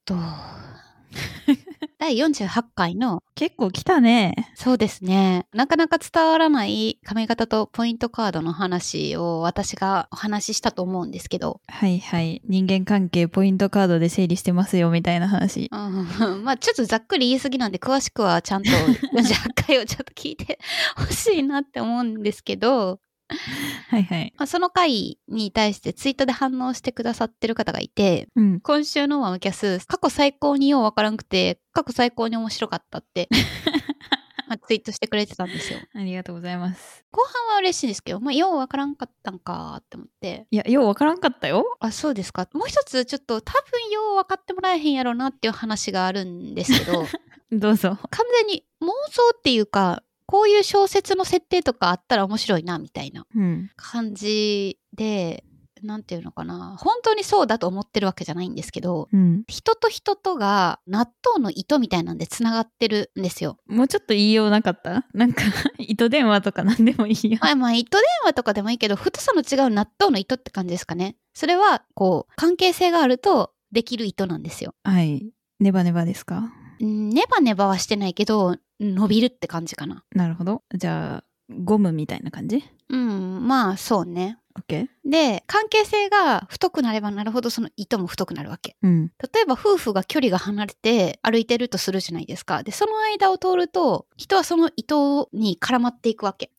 第48回の結構来たね。 そうですね。なかなか伝わらない髪型とポイントカードの話を私がお話ししたと思うんですけど。 はいはい。人間関係ポイントカードで整理してますよみたいな話。 まあちょっとざっくり言い過ぎなんで詳しくはちゃんと48回をちょっと聞いてほしいなって思うんですけど。 はいはい。 その回に対してツイートで反応してくださってる方がいて、今週のワムキャス、過去最高にようわからんくて、過去最高に面白かったって、ツイートしてくれてたんですよ。 ありがとうございます。 後半は嬉しいですけど、ようわからんかったんかって思って。 いや、ようわからんかったよ。 そうですか。もう一つちょっと多分よう分かってもらえへんやろうなっていう話があるんですけど。 どうぞ。 完全に妄想っていうか、こういう小説の設定とかあったら面白いなみたいな感じで、なんていうのかな、本当にそうだと思ってるわけじゃないんですけど、人と人とが納豆の糸みたいなんで繋がってるんですよ。 もうちょっと言いようなかった？なんか糸電話とかなんでもいいよ。 糸電話とかでもいいけど、太さの違う納豆の糸って感じですかね。それはこう関係性があるとできる糸なんですよ。 はい。ネバネバですか？ ネバネバはしてないけど伸びるって感じかな。 なるほど。じゃあゴムみたいな感じ？ まあそうね。 OK？ で、関係性が太くなればなるほどその糸も太くなるわけ。例えば夫婦が距離が離れて歩いてるとするじゃないですか。で、その間を通ると人はその糸に絡まっていくわけ。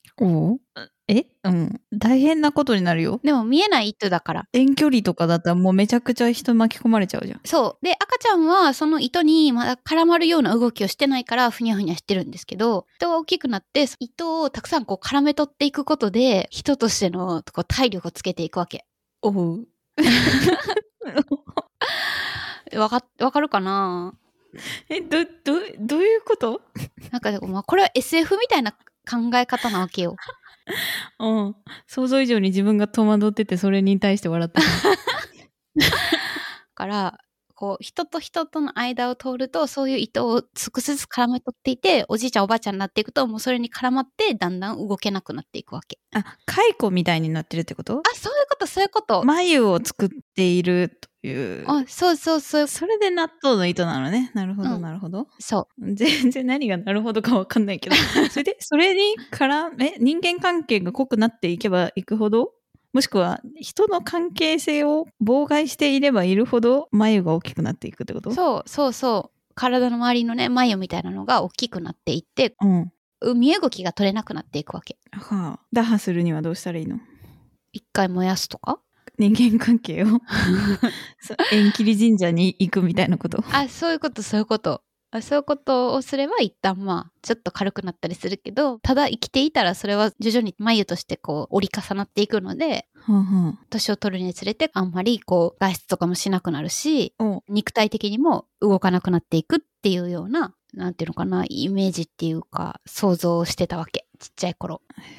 大変なことになるよ。 でも見えない糸だから。 遠距離とかだったらもうめちゃくちゃ人巻き込まれちゃうじゃん。 そう。で、赤ちゃんはその糸にまだ絡まるような動きをしてないからふにゃふにゃしてるんですけど、人が大きくなって糸をたくさんこう絡め取っていくことで人としてのこう体力をつけていくわけ。 おう。 わかるかな？ どういうこと？ なんかこれは SF みたいな考え方なわけよ。 想像以上に自分が戸惑っててそれに対して笑っただからこう人と人との間を通るとそういう糸を少しずつ絡め取っていて、おじいちゃんおばあちゃんになっていくともうそれに絡まってだんだん動けなくなっていくわけ。 蚕みたいになってるってこと？ そういうことそういうこと。 繭を作っているという。 そうそうそう。 それで納豆の糸なのね。なるほどなるほど。 そう。 全然何がなるほどかわかんないけど。それに人間関係が濃くなっていけばいくほど、もしくは人の関係性を妨害していればいるほど繭が大きくなっていくってこと？ そう。体の周りのね繭みたいなのが大きくなっていって、身動きが取れなくなっていくわけ。 打破するにはどうしたらいいの？ 一回燃やすとか？ 人間関係を縁切り神社に行くみたいなこと？ そういうことそういうことをすれば一旦ちょっと軽くなったりするけど、ただ生きていたらそれは徐々に繭としてこう折り重なっていくので、年を取るにつれてあんまりこう外出とかもしなくなるし、肉体的にも動かなくなっていくっていうような、なんていうのかな、イメージっていうか想像をしてたわけ、ちっちゃい頃。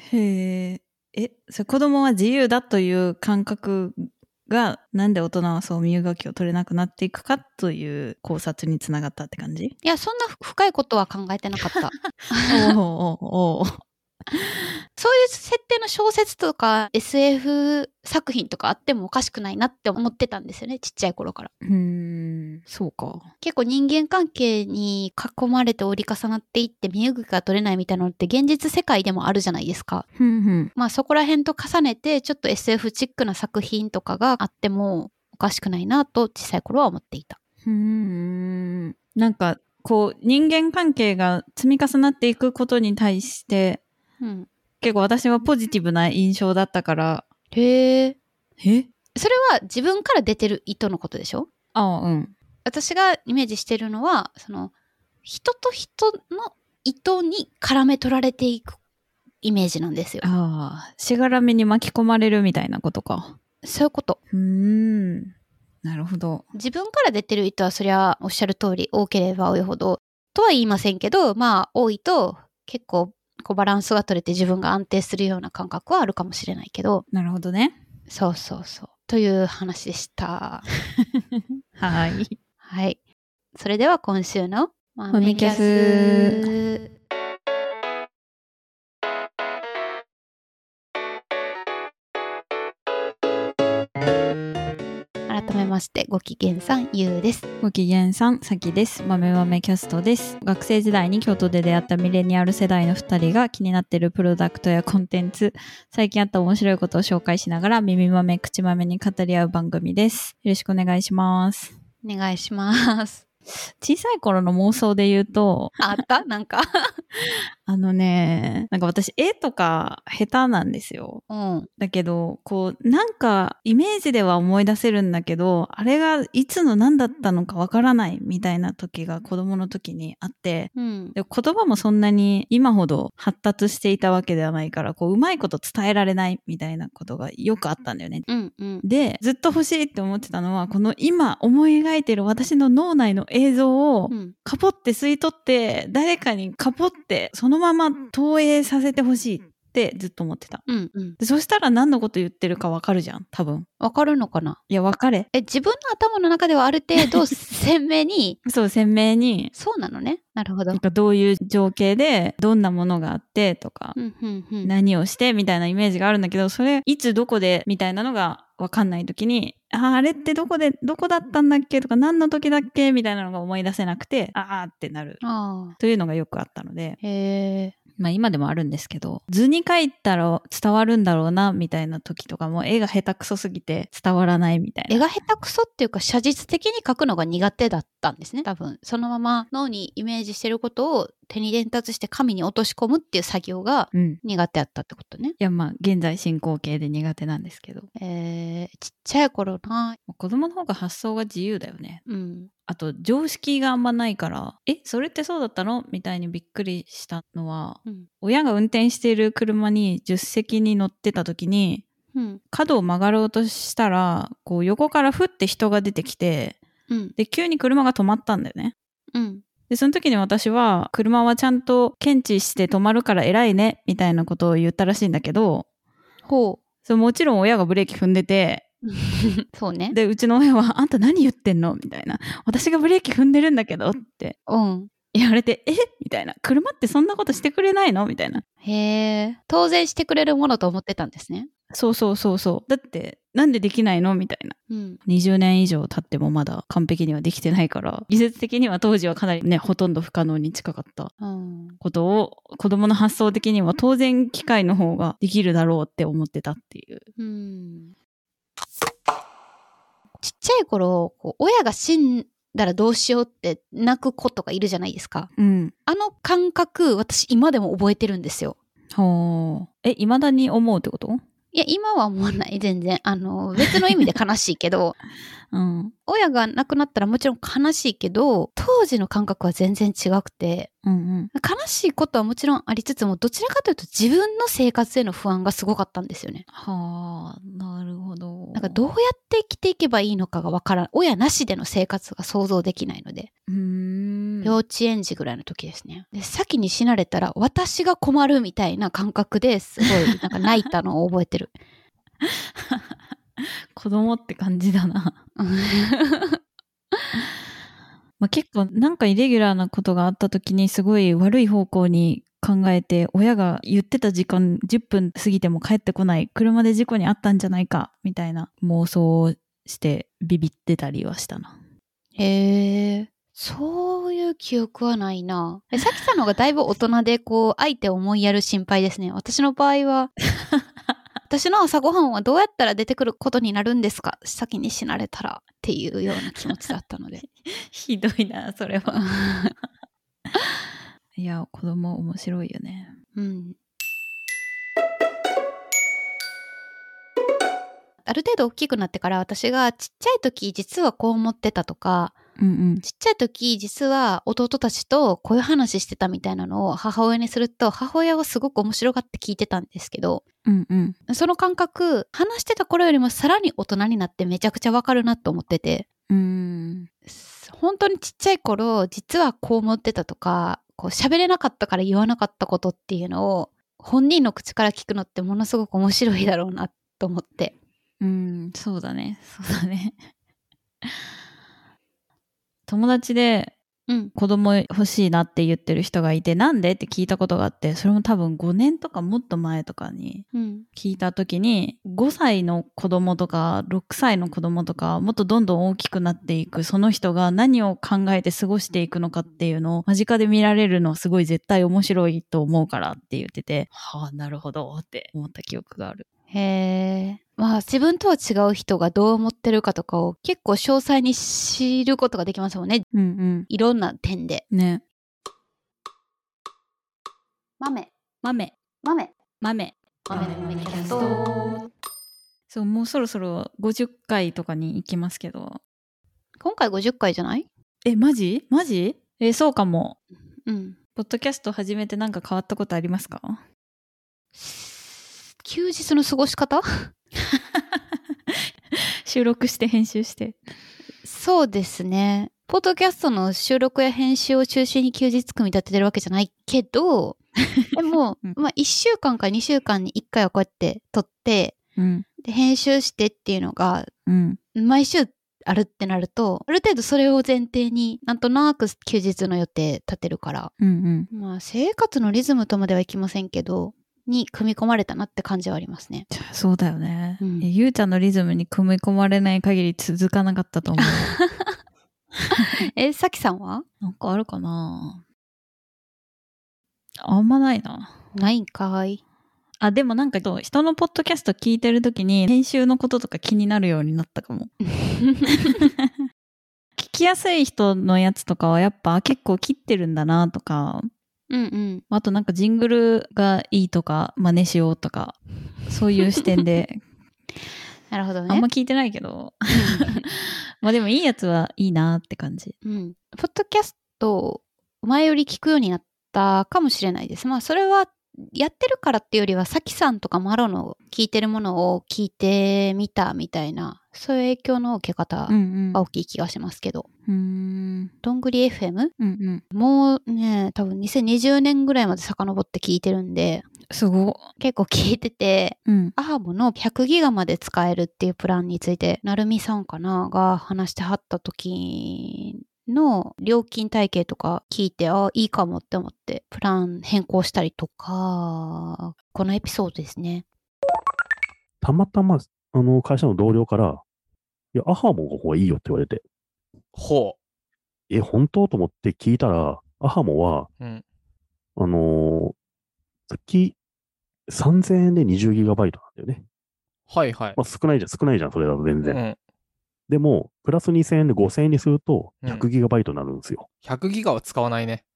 子供は自由だという感覚がなんで大人はそう身動きを取れなくなっていくかという考察につながったって感じ？ いや、そんな深いことは考えてなかった。そういう設定の小説とか SF 作品とかあってもおかしくないなって思ってたんですよね、ちっちゃい頃から。 そうか。 結構人間関係に囲まれて折り重なっていって身動きが取れないみたいなのって現実世界でもあるじゃないですか。そこら辺と重ねてちょっと SF チックな作品とかがあってもおかしくないなと小さい頃は思っていた。 なんかこう人間関係が積み重なっていくことに対して、結構私はポジティブな印象だったから。 それは自分から出てる糸のことでしょ？私がイメージしてるのはその人と人の糸に絡め取られていくイメージなんですよ。 しがらみに巻き込まれるみたいなことか。 そういうこと。 なるほど。 自分から出てる糸はそりゃおっしゃる通り多ければ多いほどとは言いませんけど、多いと結構こうバランスが取れて自分が安定するような感覚はあるかもしれないけど。 なるほどね。 そうという話でした。 はい。 それでは今週のワムキャス。 改めまして、ごきげんさんゆうです。 ごきげんさんさきです。豆豆キャストです。学生時代に京都で出会ったミレニアル世代の2人が気になっているプロダクトやコンテンツ、最近あった面白いことを紹介しながら耳豆口豆に語り合う番組です。よろしくお願いします。 お願いします。 小さい頃の妄想で言うと、 あったなんかなんか私絵とか下手なんですよ。 うん。 だけど、なんかイメージでは思い出せるんだけど、あれがいつの何だったのかわからないみたいな時が子供の時にあって、 うん、 で言葉もそんなに今ほど発達していたわけではないから、うまいこと伝えられないみたいなことがよくあったんだよね。 うんうん、 で、ずっと欲しいって思ってたのは、この今思い描いてる私の脳内の映像をカポって吸い取って、誰かにカポってそのまま投影させてほしいってずっと思ってた。 うんうん、 でそしたら何のこと言ってるかわかるじゃん、多分。 わかるのかな。 いや、わかれ。 自分の頭の中ではある程度鮮明にそう、鮮明に。 そうなのね。なるほど。 なんかどういう情景でどんなものがあってとか、何をしてみたいなイメージがあるんだけど、それいつどこでみたいなのがわかんない時に、あれってどこだったんだっけとか、何の時だっけみたいなのが思い出せなくて、ってなるというのがよくあったので。 へー。 まあ今でもあるんですけど、図に書いたら伝わるんだろうなみたいな時とかも、絵が下手くそすぎて伝わらないみたいな。 絵が下手くそっていうか、写実的に描くのが苦手だったんですね、多分。そのまま脳にイメージしてることを手に伝達して紙に落とし込むっていう作業が苦手だったってことね。 いや、まあ現在進行形で苦手なんですけど。 ちっちゃい頃な。 子供の方が発想が自由だよね。 うん。 あと常識があんまないから、それってそうだったのみたいにびっくりしたのは、親が運転している車に助手席に乗ってた時に、角を曲がろうとしたら、横からふって人が出てきて、で急に車が止まったんだよね。でその時に私は、車はちゃんと検知して止まるから偉いねみたいなことを言ったらしいんだけど、もちろん親がブレーキ踏んでて、 そうね。 でうちの親は、あんた何言ってんのみたいな、私がブレーキ踏んでるんだけどって言われて、みたいな、車ってそんなことしてくれないのみたいな。 へー。当然してくれるものと思ってたんですね。 そうだってなんでできないのみたいな、20年以上経ってもまだ完璧にはできてないから、技術的には当時はかなりね、ほとんど不可能に近かったことを、子供の発想的には当然機械の方ができるだろうって思ってたっていう。 ちっちゃい頃、親が死んだらどうしようって泣く子とかいるじゃないですか。あの感覚、私今でも覚えてるんですよ。 未だに思うってこと？ いや、今は思わない、全然。別の意味で悲しいけど、親が亡くなったらもちろん悲しいけど、当時の感覚は全然違くて、悲しいことはもちろんありつつも、どちらかというと自分の生活への不安がすごかったんですよね。 なるほど。 なんかどうやって生きていけばいいのかがわからん。親なしでの生活が想像できないので。幼稚園児ぐらいの時ですね。で、先に死なれたら私が困るみたいな感覚ですごいなんか泣いたのを覚えてる。 子供って感じだな。結構なんかイレギュラーなことがあった時にすごい悪い方向に考えて、親が言ってた時間10分過ぎても帰ってこない、車で事故に遭ったんじゃないかみたいな妄想をしてビビってたりはしたな。 へー。そういう記憶はないな。さきさんの方がだいぶ大人で相手を思いやる心配ですね。私の場合は私の朝ごはんはどうやったら出てくることになるんですか、先に死なれたらっていうような気持ちだったので。 ひどいな、それは。いや、子供面白いよね。 ある程度大きくなってから私がちっちゃい時実はこう思ってたとか、ちっちゃい時実は弟たちとこういう話してたみたいなのを母親にすると、母親はすごく面白がって聞いてたんですけど、その感覚、話してた頃よりもさらに大人になってめちゃくちゃわかるなと思ってて、本当にちっちゃい頃実はこう思ってたとか、喋れなかったから言わなかったことっていうのを本人の口から聞くのってものすごく面白いだろうなと思って。 そうだね。友達で子供欲しいなって言ってる人がいて、なんでって聞いたことがあって、それも多分5年とかもっと前とかに聞いた時に、5歳の子供とか6歳の子供とかもっとどんどん大きくなっていくその人が何を考えて過ごしていくのかっていうのを間近で見られるのすごい絶対面白いと思うからって言ってて、はあ、なるほどって思った記憶がある。 へー。まあ自分とは違う人がどう思ってるかとかを結構詳細に知ることができますもんね。いろんな点で。 ね。 豆の豆キャスト。 そう、もうそろそろ50回とかに行きますけど。 今回50回じゃない？ マジ？そうかも。 うん。 ポッドキャスト始めてなんか変わったことありますか？ 休日の過ごし方収録して編集して。 そうですね。ポッドキャストの収録や編集を中心に休日組み立ててるわけじゃないけど、でも、まあ1週間か2週間に1回はこうやって撮って、で編集してっていうのが、毎週あるってなると、ある程度それを前提になんとなく休日の予定立てるから、まあ生活のリズムとまではいきませんけど、に組み込まれたなって感じはありますね。 そうだよね。ゆうちゃんのリズムに組み込まれない限り続かなかったと思う。 さきさんは？ なんかあるかな？あんまないな。 ないんかい。 でもなんか人のポッドキャスト聞いてるときに編集のこととか気になるようになったかも。聞きやすい人のやつとかはやっぱ結構切ってるんだなとか、あとなんかジングルがいいとか真似しようとか、そういう視点でなるほどね。 あんま聞いてないけどまあでもいいやつはいいなって感じ。 ポッドキャスト前より聞くようになったかもしれないです。まあそれはやってるからっていうよりは、さきさんとかマロの聞いてるものを聞いてみたみたいな、そういう影響の受け方が大きい気がしますけど。どんぐり FM？もうね、多分2020年ぐらいまで遡って聞いてるんで、 すご結構聞いてて、アハモの100ギガまで使えるっていうプランについて、なるみさんかなが話してはった時の料金体系とか聞いて、いいかもって思ってプラン変更したりとか、このエピソードですね。 たまたま会社の同僚からいやアハモの方がいいよって言われて、 ほう本当と思って聞いたら、アハモは、月3000円で20ギガバイトなんだよね。 はいはい。 まあ少ないじゃん、それだと全然。でも、プラス2000円で5000円にすると、100ギガバイトになるんですよ。 100ギガは使わないね。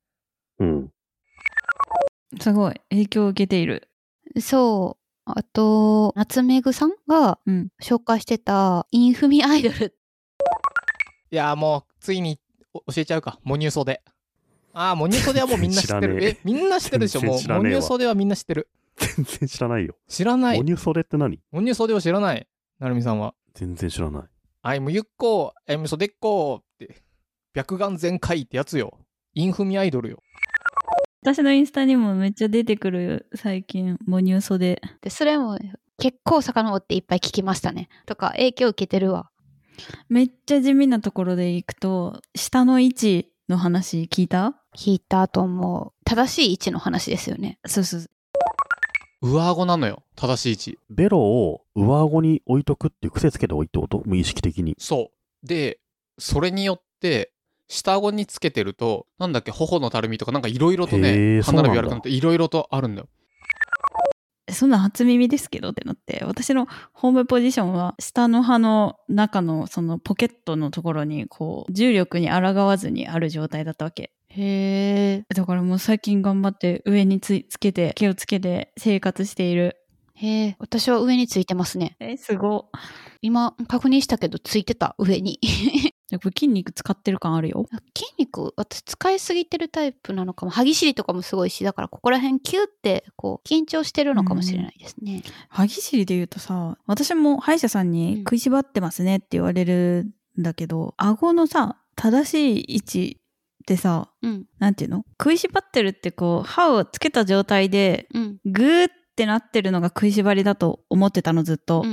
すごい。影響を受けている。 そう。あと、夏目ぐさんが紹介してたインフミアイドル。 いやもう、ついに教えちゃうか。モニューソデ。モニューソデはもうみんな知ってる。みんな知ってるでしょ。もう、モニューソデはみんな知ってる。 全然知らないよ。 知らない。 モニューソデって何？ モニューソデを知らない。なるみさんは。 全然知らない。 I'm ゆっこ、I'm そでっこって、白眼全開ってやつよ。インフミアイドルよ。 私のインスタにもめっちゃ出てくる最近、モニューソで。 で、それも結構遡っていっぱい聞きましたね。とか、影響受けてるわ。 めっちゃ地味なところでいくと、下の位置の話聞いたと思う。正しい位置の話ですよね。 そうそう。 上顎なのよ、正しい位置。 ベロを上顎に置いとくっていう癖つけておいてこと無意識的に。 そう。で、それによって、下顎につけてると、なんだっけ、頬のたるみとかなんかいろいろとね、歯並び悪くなっていろいろとあるんだよ。 そんな初耳ですけどってなって、私のホームポジションは下の歯の中のそのポケットのところにこう重力に抗わずにある状態だったわけ。 へー。 だからもう最近頑張って上につけて気をつけて生活している。 へー。私は上についてますね。 すご。 今確認したけどついてた、上に。 筋肉使ってる感あるよ。 筋肉、私使いすぎてるタイプなのかも。歯ぎしりとかもすごいし、だからここら辺キューってこう緊張してるのかもしれないですね。 歯ぎしりで言うとさ、私も歯医者さんに食いしばってますねって言われるんだけど、顎のさ、正しい位置ってさ、なんていうの？食いしばってるってこう、歯をつけた状態で、グーってなってるのが食いしばりだと思ってたのずっと。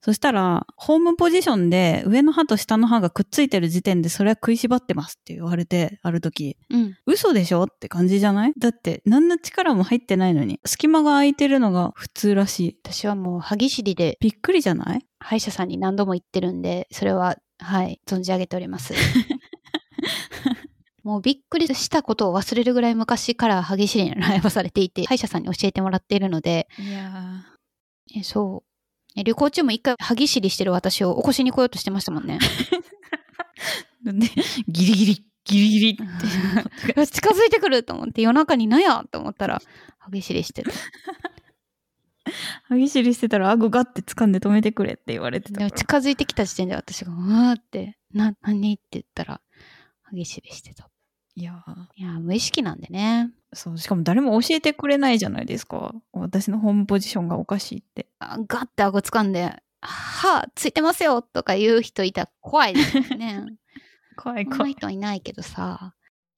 そしたら、ホームポジションで上の歯と下の歯がくっついてる時点でそれは食いしばってますって言われて、ある時。嘘でしょって感じじゃない？だって何の力も入ってないのに、隙間が空いてるのが普通らしい。 私はもう歯ぎしりでびっくりじゃない？ 歯医者さんに何度も行ってるんで、それは、はい、存じ上げております。もうびっくりしたことを忘れるぐらい昔から歯ぎしりに悩まされていて、歯医者さんに教えてもらっているので、 いやそう。旅行中も一回歯ぎしりしてる私を起こしに来ようとしてましたもんね。 でギリギリって近づいてくると思って夜中に何やと思ったら歯ぎしりしてた。 歯ぎしりしてたら顎ガッて掴んで止めてくれって言われてたから。 でも近づいてきた時点で私がうわーって何って言ったら歯ぎしりしてた。いや無意識なんでね。 そう、しかも誰も教えてくれないじゃないですか。私のホームポジションがおかしいって。 ガッて顎掴んで歯ついてますよとか言う人いたら怖いですよね。 怖いこんな人いないけどさ。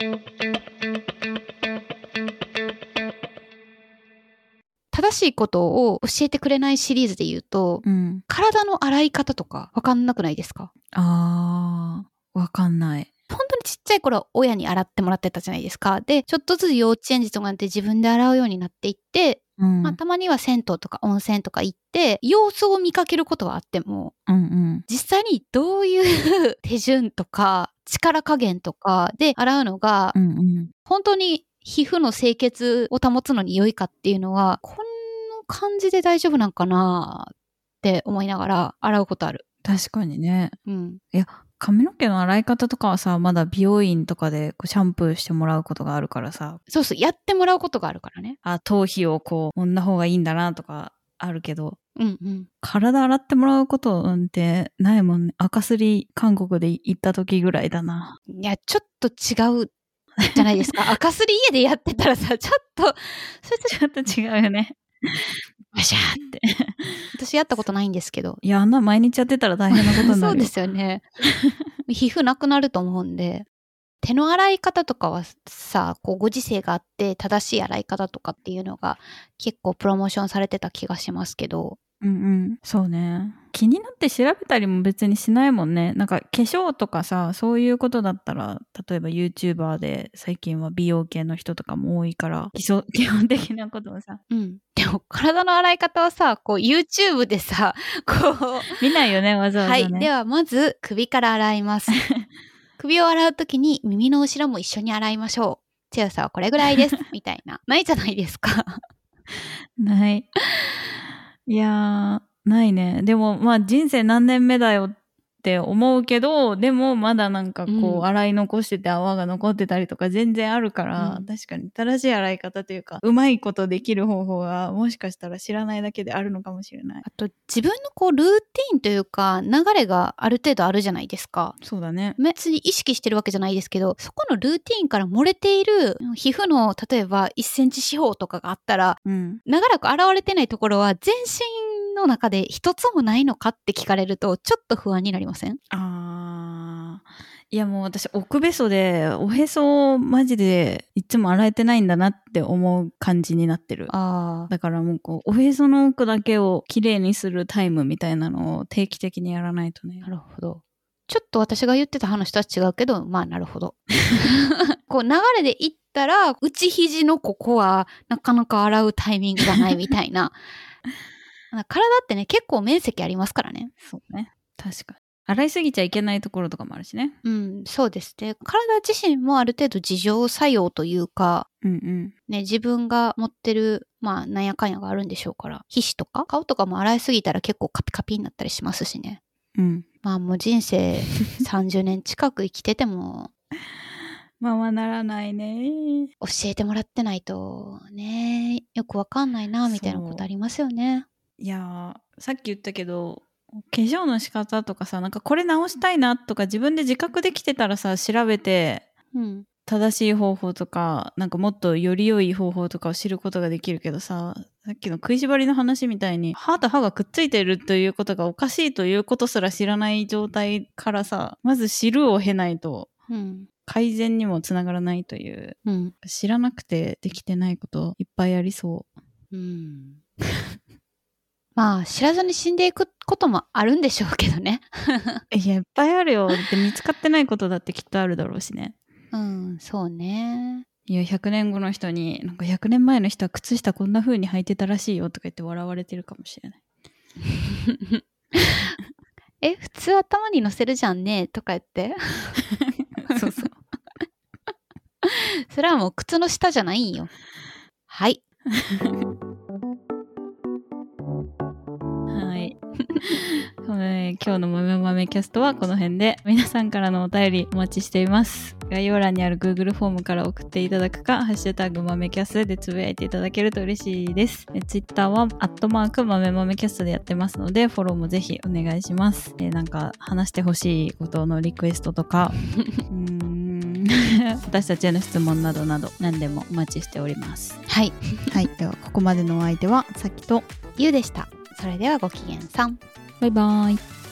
正しいことを教えてくれないシリーズで言うと、体の洗い方とか分かんなくないですか？ 分かんない。 本当にちっちゃい頃は親に洗ってもらってたじゃないですか。で、ちょっとずつ幼稚園児とかになって自分で洗うようになっていって、たまには銭湯とか温泉とか行って、様子を見かけることはあっても、実際にどういう手順とか力加減とかで洗うのが、本当に皮膚の清潔を保つのに良いかっていうのは、こんな感じで大丈夫なんかなって思いながら洗うことある。 確かにね。いや、髪の毛の洗い方とかはさ、まだ美容院とかでシャンプーしてもらうことがあるからさ。 そうそう、やってもらうことがあるからね。 頭皮をこんな方がいいんだなとかあるけど、体洗ってもらうことなんてないもんね。赤すり韓国で行った時ぐらいだな。 いや、ちょっと違うじゃないですか。赤すり家でやってたらさ、ちょっと違うよね。バシャーって。 私やったことないんですけど。 いや、あんな毎日やってたら大変なことになるよ。 そうですよね。皮膚なくなると思うんで。手の洗い方とかはさ、ご時世があって正しい洗い方とかっていうのが結構プロモーションされてた気がしますけど。 そうね。気になって調べたりも別にしないもんね。なんか化粧とかさ、そういうことだったら、例えば YouTuber で最近は美容系の人とかも多いから、基本的なことをさ。 でも体の洗い方はさ、YouTube でさ、 見ないよね、わざわざね。 はい。ではまず首から洗います。首を洗うときに耳の後ろも一緒に洗いましょう。強さはこれぐらいです。みたいな。ないじゃないですか。 ない。いやー、ないね。でもまあ人生何年目だよって思うけど、でもまだなんか洗い残してて泡が残ってたりとか全然あるから、確かに正しい洗い方というか、うまいことできる方法がもしかしたら知らないだけであるのかもしれない。 あと自分のルーティンというか流れがある程度あるじゃないですか。 そうだね。 別に意識してるわけじゃないですけど、そこのルーティンから漏れている皮膚の例えば1センチ四方とかがあったら、長らく洗われてないところは全身の中で一つもないのかって聞かれるとちょっと不安になりません？ いやもう私奥べそでおへそをマジでいつも洗えてないんだなって思う感じになってる。だからもうおへその奥だけをきれいにするタイムみたいなのを定期的にやらないとね。 なるほど。ちょっと私が言ってた話とは違うけど、まあなるほど。流れでいったら内肘のここはなかなか洗うタイミングがないみたいな。体ってね結構面積ありますからね。 そうね。確かに。洗いすぎちゃいけないところとかもあるしね。 そうですね。体自身もある程度自浄作用というか、自分が持ってる、なんやかんやがあるんでしょうから、皮脂とか顔とかも洗いすぎたら結構カピカピになったりしますしね。もう人生30年近く生きてても、 ままならないね。 教えてもらってないとね、よくわかんないな、みたいなことありますよね。 いやさっき言ったけど、化粧の仕方とかさ、なんかこれ直したいなとか自分で自覚できてたらさ、調べて、正しい方法とか、なんかもっとより良い方法とかを知ることができるけどさ、さっきの食いしばりの話みたいに、歯と歯がくっついてるということがおかしいということすら知らない状態からさ、まず知るを経ないと、改善にもつながらないという、知らなくてできてないこといっぱいありそう。 まあ知らずに死んでいくこともあるんでしょうけどね。 いやいっぱいあるよ。で見つかってないことだってきっとあるだろうしね。 そうね。 いや100年後の人になんか100年前の人は靴下こんな風に履いてたらしいよとか言って笑われてるかもしれない。 普通頭に乗せるじゃんねとか言ってそうそうそれはもう靴の下じゃないんよ。はいはい。今日の豆豆キャストはこの辺で、皆さんからのお便りお待ちしています。概要欄にある Google フォームから送っていただくか、ハッシュタグ豆キャスでつぶやいていただけると嬉しいです。Twitter は@豆豆キャストでやってますので、フォローもぜひお願いします。なんか話してほしいことのリクエストとか、私たちへの質問などなど何でもお待ちしております。 はい。 はい。ではここまでのお相手はさきとゆうでした。それではごきげんさん。 バイバイ。